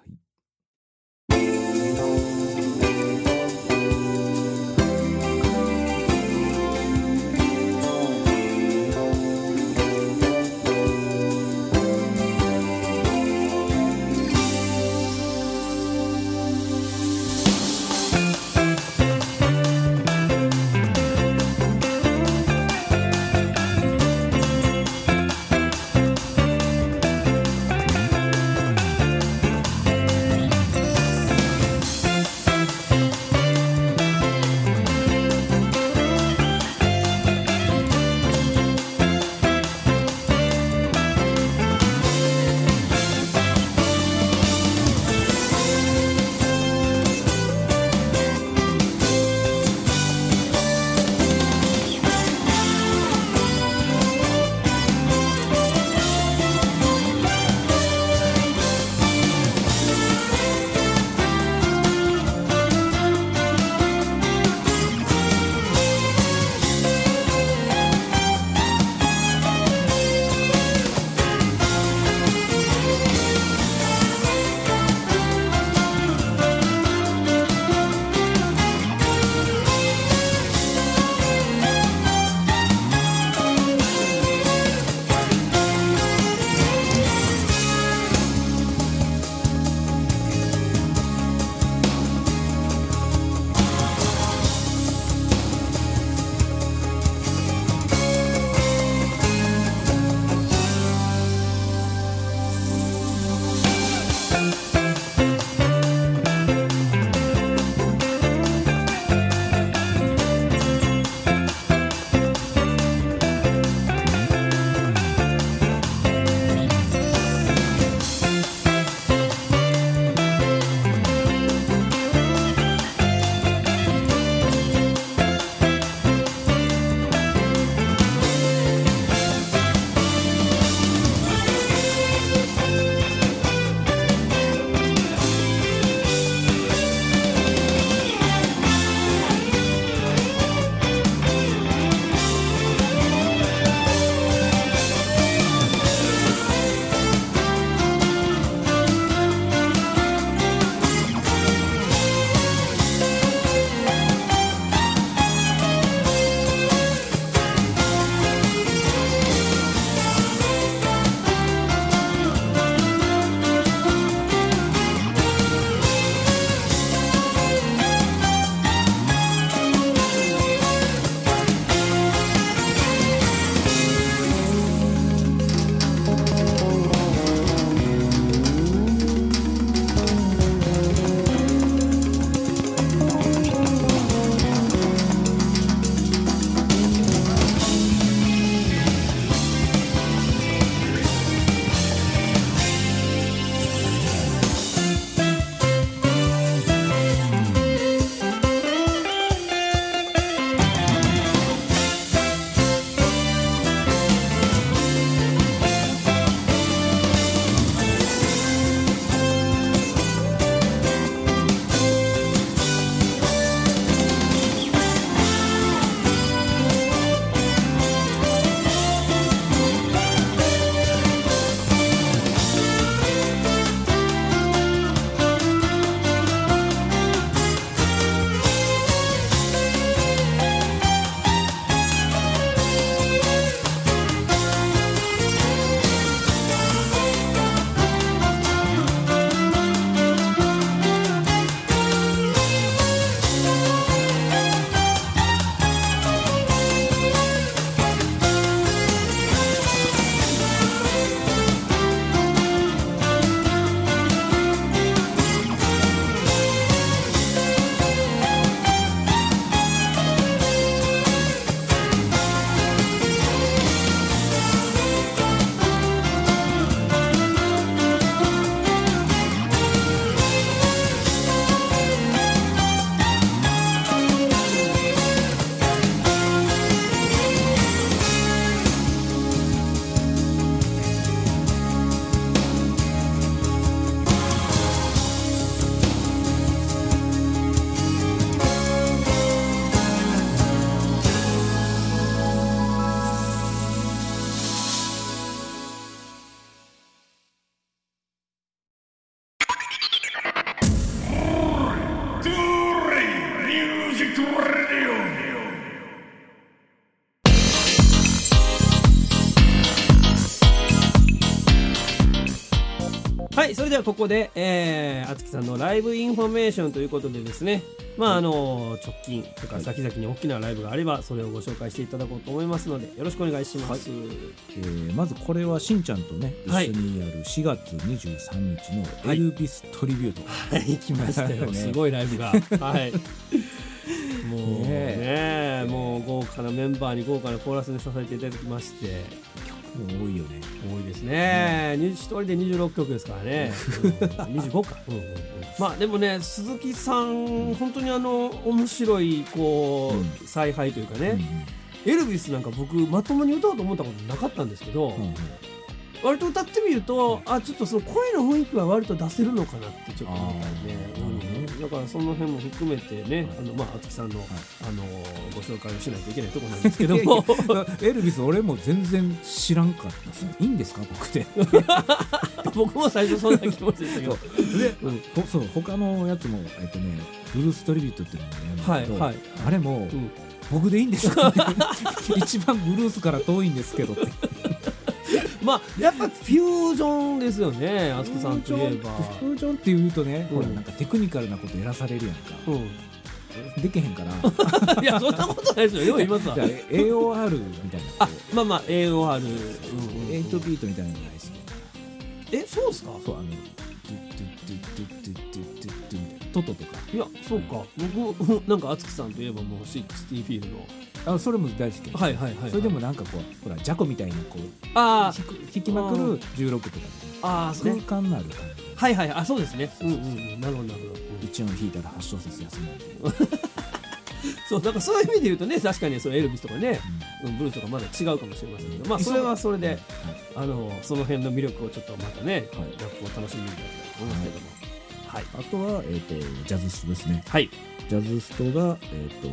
それではここで、えー、あつきさんのライブインフォメーションということでですね、まああの直近とか先々に大きなライブがあればそれをご紹介していただこうと思いますのでよろしくお願いします。はい、 えー、まずこれはしんちゃんとね一緒にやるしがつにじゅうさんにちのエルビストリビュート、 はい、はい、来ましたよ、ね、すごいライブがはいもう ね, ねもう豪華なメンバーに豪華なコーラスに支えていただきまして曲も多いよね。 多いですね、うん、ひとりでにじゅうろっきょくですからね、うん、にじゅうごか、うんうんうん、まあでもね鈴木さん、うん、本当にあの面白いこう、うん、采配というかね、うんうん、エルビスなんか僕まともに歌おうと思ったことなかったんですけど、うんうん、割と歌ってみると、うん、あちょっとその声の雰囲気は割と出せるのかなってちょっと思ったりね、だからその辺も含めてね、あのまああつきさんの、はい、あのご紹介をしないといけないところなんですけどもエルビス俺も全然知らんかったいいんですか僕って僕も最初そんな気持ちでしたけどで、うん、そう他のやつもえっとねブルーストリビュートっていうのもやるんだけど、はいはい、あれも、うん、僕でいいんですか一番ブルースから遠いんですけどってまあやっぱフュージョンですよね、あつきさんといえば。 フュージョンっていうとね、うん、ほらなんかテクニカルなことやらされるやんか、うん、できへんからいやそんなことないですよ、よう言いますわエーオーアール みたいなあまあまあ エーオーアール、うんうんうん、エイトビートみたいなのがないですね。 えそうですか。 そうあのドゥドゥドゥドゥドゥドゥドゥドゥみたいなトトとか。 いやそうか、僕なんかあつきさんといえばもうシックスティーフィールのあそれも大好き、 はいはいはいはい、 それでもなんかこうほらジャコみたいなこうあ弾きまくるじゅうろくとか、ね、 あ空間のある感じ、 はいはいあそうですね、うんうん、なるほどなるほど、 いちおん弾いたらはちしょうせつ休むそうだからそういう意味で言うとね確かにそのエルビスとかね、うん、ブルースとかまだ違うかもしれませんけど、まあそれはそれで、はい、あのその辺の魅力をちょっとまたね、はい、ラップを楽しんでみたいと思いますけども、はい、 あとは、えー、とジャズストですね、 はい、 ジャズストが、えー、と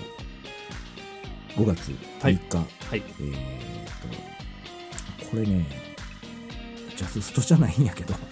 ごがつみっか、はいはい、えー、とこれねジャズストじゃないんやけど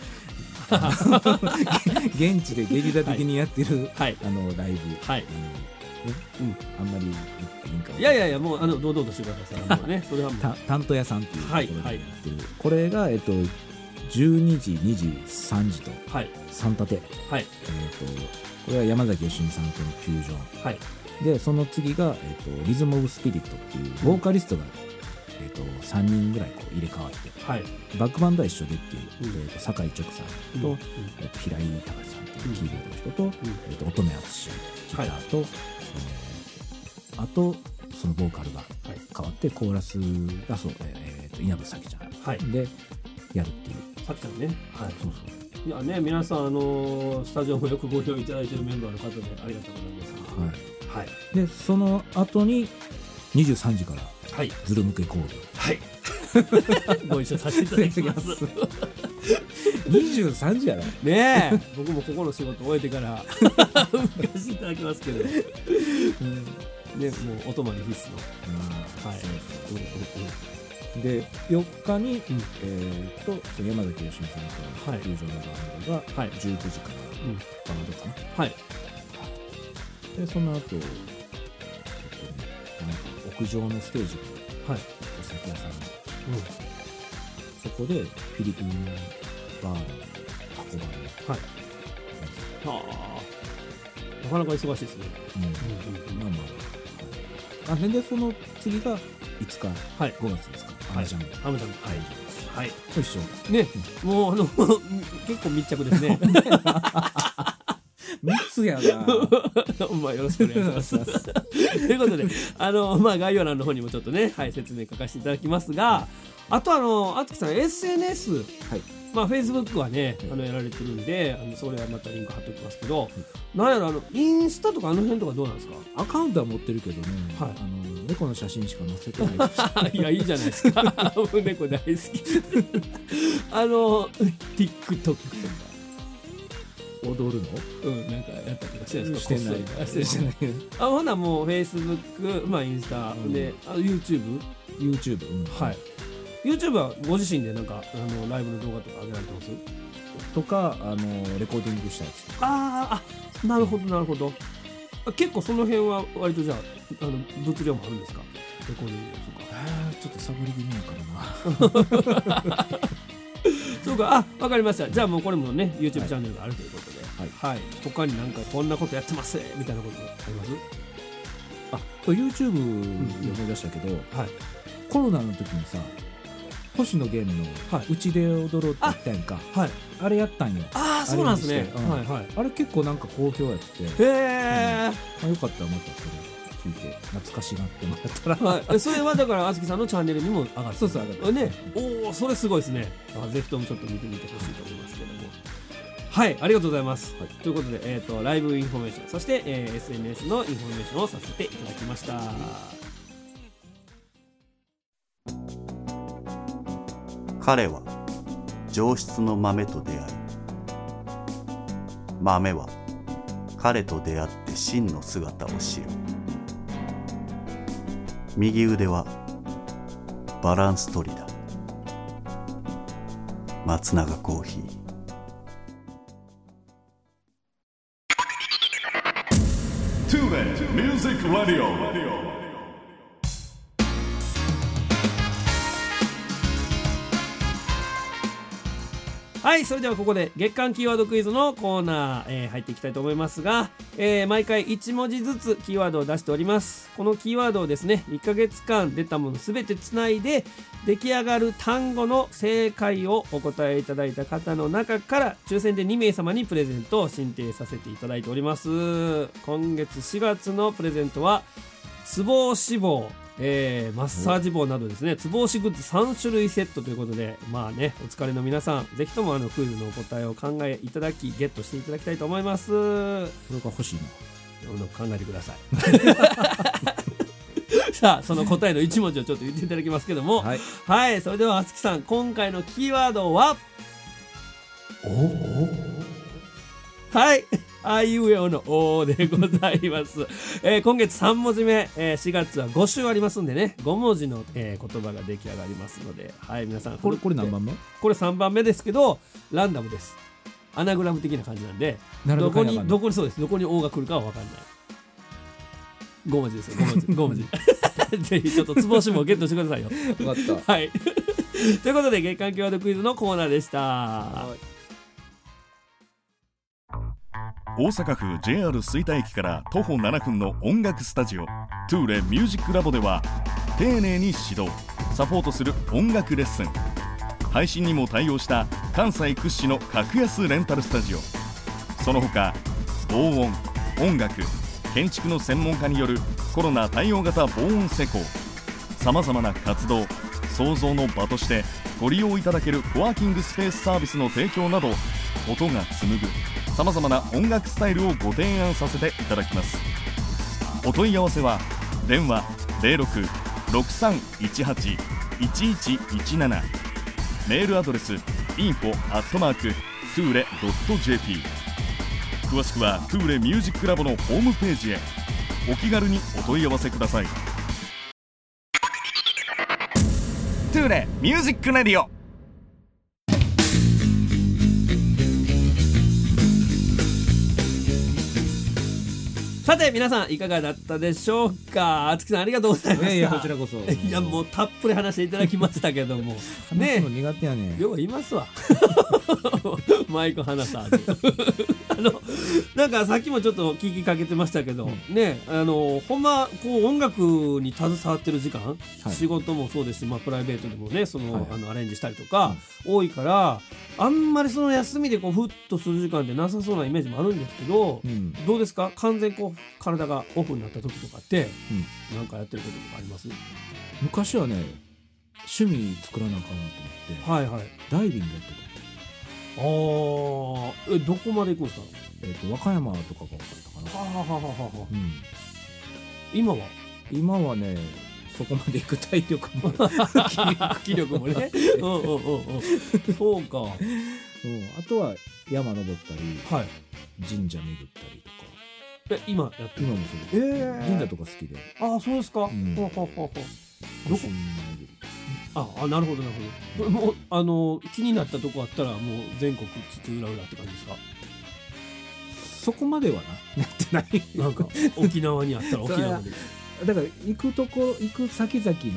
現地でゲリラ的にやってる、はい、あのライブ、はいうんうん、あんまり言っていいんかいやいやいやもうあの堂々としてください、ね、それはもう担当屋さんっていうところでやってる、はいはい、これが、えっと、じゅうにじにじさんじとさん立て、はいえー、とこれは山崎よしみさんとのフュージョン、はい、でその次が、えー、とリズムオブスピリットっていうボーカリストが、えー、とさんにんぐらいこう入れ替わって、はい、バックバンドは一緒でっていう、うんえー、と酒井直さんと、うんえー、と平井隆さんっていうキーボードの人と、うんえー、と乙女淳ギターと、はいえー、あとそのボーカルが変わって、はい、コーラスがそう、えー、と稲葉咲ちゃん、はい、でやるっていう咲ちゃんね、はい、そうそういやね皆さんあのー、スタジオもよくご評いただいているメンバーの方でありがとうございます、 はいはい、でその後ににじゅうさんじからズル向け工業はいご一緒させていただきますにじゅうさんじやろねえ僕もここの仕事終えてから向かせていただきますけど、うん、ねもうお泊まり必須の、うん、はいそうそう、うんうん、 でよっかに、うんえー、と山崎よしみさんとのフュージョンのバンドがじゅうくじからバンドかな、うん、はいでその後、えっとね、なんか屋上のステージのお酒屋さんに、はいうん、そこでフィリピンバーの箱番のはいはあなかなか忙しいですね、うんうん、まあまあ、はい、あでその次がいつか、はい、ごがつですかアマジャンアマジャンはいはい、 一緒ね、うん、もうあの結構密着ですね密やなまあよろしくお願いしますということであの、まあ、概要欄の方にもちょっとね、はい、説明書かせていただきますが、あとあのあつきさん エスエヌエス、はいまあ、Facebook はね、あのやられてるんであのそれはまたリンク貼っておきますけど、はい、なんやろあのインスタとかあの辺とかどうなんですか？ アカウントは持ってるけどね、はい、あの猫の写真しか載せてないいやいいじゃないですか猫大好きあの TikTok とか踊るの？ うん、なんかやったりとかしてないですか？ してない。 してない。あ、ほなもう Facebook、まあインスタ、うん、で、あ YouTube、 YouTube、うん、 はい。YouTube はご自身でなんかあのライブの動画とか上げられてます？ とかあのレコーディングしたやつとか。 ああ、なるほどなるほど。結構その辺は割とじゃああの物量もあるんですか？レコーディングとか。 ああ、ちょっとサボり気味やからな。 そうか、あ、わかりました。じゃあもうこれもね YouTube チャンネルがあるということで、はい、はい、他になんかこんなことやってますみたいなことあります？ あ、YouTube で思い出したけど、うん、はい、コロナの時にさ、星野源のうちで踊ろうって言ったやんか、はい、あれやったんよ。 ああ、そうなんですね、うん、 はいはい、あれ結構なんか好評やって、へえ、 うん、あ、よかったらまたそれ聞いて懐かしがってもらったら、 はい、それはだからあずきさんのチャンネルにも上がってる。 そうそう、上がってるね。おお、それすごいですね。あ、ぜひともちょっと見てみてほしいと思いますけども、はい、ありがとうございます、はい、ということで、えーと、ライブインフォメーション、そして、えー、エスエヌエス のインフォメーションをさせていただきました。 彼は上質の豆と出会い、豆は彼と出会って真の姿を知る。右腕はバランス取りだ。松永コーヒー。 TuneIn Music Radio。 はい、それではここで月間キーワードクイズのコーナー、えー、入っていきたいと思いますが、えー、毎回いち文字ずつキーワードを出しております。このキーワードをですね、いっかげつかん出たものすべてつないで出来上がる単語の正解をお答えいただいた方の中から抽選でにめいさまにプレゼントを進呈させていただいております。今月しがつのプレゼントはツボ押し棒、えー、マッサージ棒などですね、ツボ押しグッズさんしゅるいセットということで、まあね、お疲れの皆さん、ぜひともあのクイズのお答えを考えいただきゲットしていただきたいと思います。これが欲しいな、考えてくださいさあ、その答えのいち文字をちょっと言っていただきますけども、はい、はい、それではあつきさん、今回のキーワードはおおはい、あいうえおのおでございます、えー、今月さん文字目、えー、しがつはご週ありますんでね、ご文字の、えー、言葉が出来上がりますので、はい、皆さんこれ、これ何番目？ これさんばんめですけど、ランダムです。アナグラム的な感じなんで、どこにどこにそうです、どこにおが来るかは分かんない。ご文字ですよ、ご文字ご文字ぜひちょっとツボ押しもゲットしてくださいよ。 分かった。 はいということで、月間キーワードクイズのコーナーでした。はい、 大阪府 ジェイアール 吹田駅から徒歩ななふんの音楽スタジオトゥーレミュージックラボでは、丁寧に指導サポートする音楽レッスン、配信にも対応した関西屈指の格安レンタルスタジオ、その他防音、音楽、建築の専門家によるコロナ対応型防音施工、さまざまな活動創造の場としてご利用いただけるコワーキングスペースサービスの提供など、音が紡ぐさまざまな音楽スタイルをご提案させていただきます。お問い合わせは電話 ゼロろく ろくさんいちはち いちいちいちなな、 メールアドレス インフォ アットマーク トゥーレ ドット ジェーピー、 詳しくはトゥーレミュージックラボのホームページへお気軽にお問い合わせください。トゥーレミュージックレディオ。 さて皆さん、いかがだったでしょうか。あつきさん、ありがとうございました。 いやいや、こちらこそ。 いや、もうたっぷり話していただきましたけどもね、話すの苦手やね。 よう言いますわマイク離さずあのなんかさっきもちょっと聞きかけてましたけど、うん、ね、あのほんまこう音楽に携わってる時間、はい、仕事もそうですし、まあ、プライベートでもね、その、はい、あのアレンジしたりとか、うん、多いから、あんまりその休みでこうふっとする時間ってなさそうなイメージもあるんですけど、うん、どうですか、完全こう体がオフになった時とかって、うん、なんかやってることとかあります？ 昔はね、趣味作らなあかんなと思って、はいはい、ダイビングやってた。 あー、え、どこまで行くんですか？ えーと、和歌山とかが多かったかな。ははははは、うん、今は今はね、そこまで行く体力も気力もねうんうんうんうん、そうか、うん、 あとは山登ったり、はい、神社巡ったりとか。 え、今やってる？ 今もそう、えー、神社とか好きで。 ああ、そうですか、うん、ほうほうほうほう、どこ？ああ、なるほどなるほど。もうあの気になったとこあったら、もう全国津々浦々って感じですか？ そこまではな、やってない。 なんか沖縄にあったら沖縄でだから行くとこ、行く先々の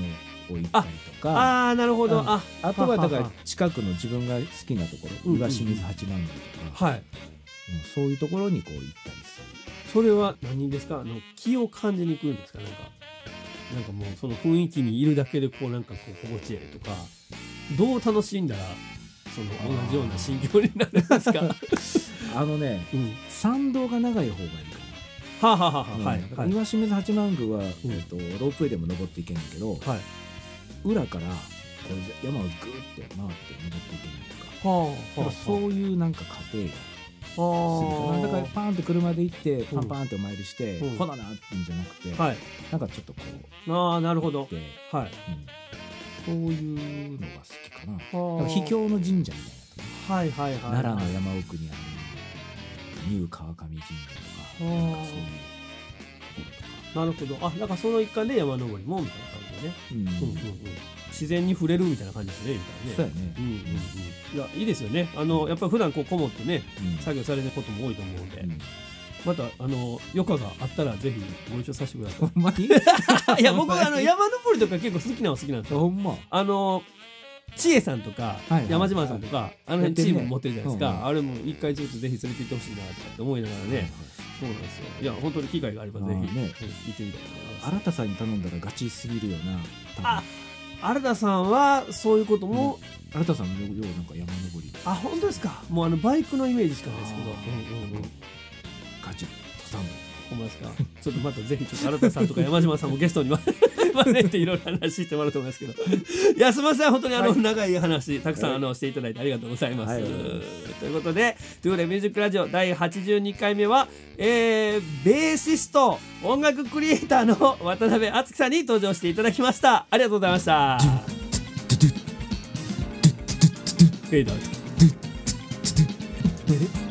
行ったりとか、 ああなるほど、ああとはだから近くの自分が好きなところ、岩清水八幡宮とか、はい、うん、そういうところにこう行ったりする。 それは何ですか、あの気を感じに行くんですか、なんかなんかもうその雰囲気にいるだけでこうなんかこう心地いいとか、どう楽しんだらその同じような心境になるんですかあのね、うん、参道が長い方がいいかな。はあ、はあはあ、はい、 はい、岩清水八幡宮は、うん、えーと、ロープウェイでも登っていけんだけど、はい、裏からこう山をグーって回って登っていけるとか、はあはあ、そういうなんか過程がするかな。だからパーンって車で行ってパンパンってお参りして、うん、ほななってんじゃなくて、はい、なんかちょっとこう、 ああなるほど、 はい、うん、そういうのが好きかな。だから秘境の神社みたいな、はいはいはい、奈良の山奥にあるニュー川上神社とか、なんかそういうところとか。なるほど。あ、なんかその一環で山登りもみたいな感じでね、うんうんうんうん、自然に触れるみたいな感じですね、みたいなね。そうやね、うんうんうん、いやいいですよね。あのやっぱり普段こうこもってね、うん、作業されることも多いと思うんで、うん、またあの余暇があったらぜひご一緒させてください。ほんまにいや僕あの山登りとか結構好きなの好きなんですよ。ほんま。あの千恵さんとか、はいはい、山島さんとか、はい、あの辺チーム持ってるじゃないですか、ね、うんうん、あれも一回ちょっとぜひ連れて行ってほしいなとかって思いながらね、はいはい、そうなんですよ。いや本当に機会があればぜひ、ね、行ってみたいと思います。 新田さんに頼んだらガチすぎるよな。 あ、新田さんはそういうことも、 うん、新田さんのようなんか山登り。 あ、本当ですか。もうあのバイクのイメージしかないですけど、うんうんうん、 ガチ登山部。 ほんまですか。ちょっとまたぜひちょっと新田さんとか山島さんもゲストに招いていろいろ話してもらうと思いますけどいやすみません、本当にあの、はい、長い話たくさんあのしていただいてありがとうございます、はい、ということでトゥーレミュージックラジオだいはちじゅうにかいめは、えー、ベーシスト音楽クリエイターの渡辺敦樹さんに登場していただきました。ありがとうございました。フェードアウト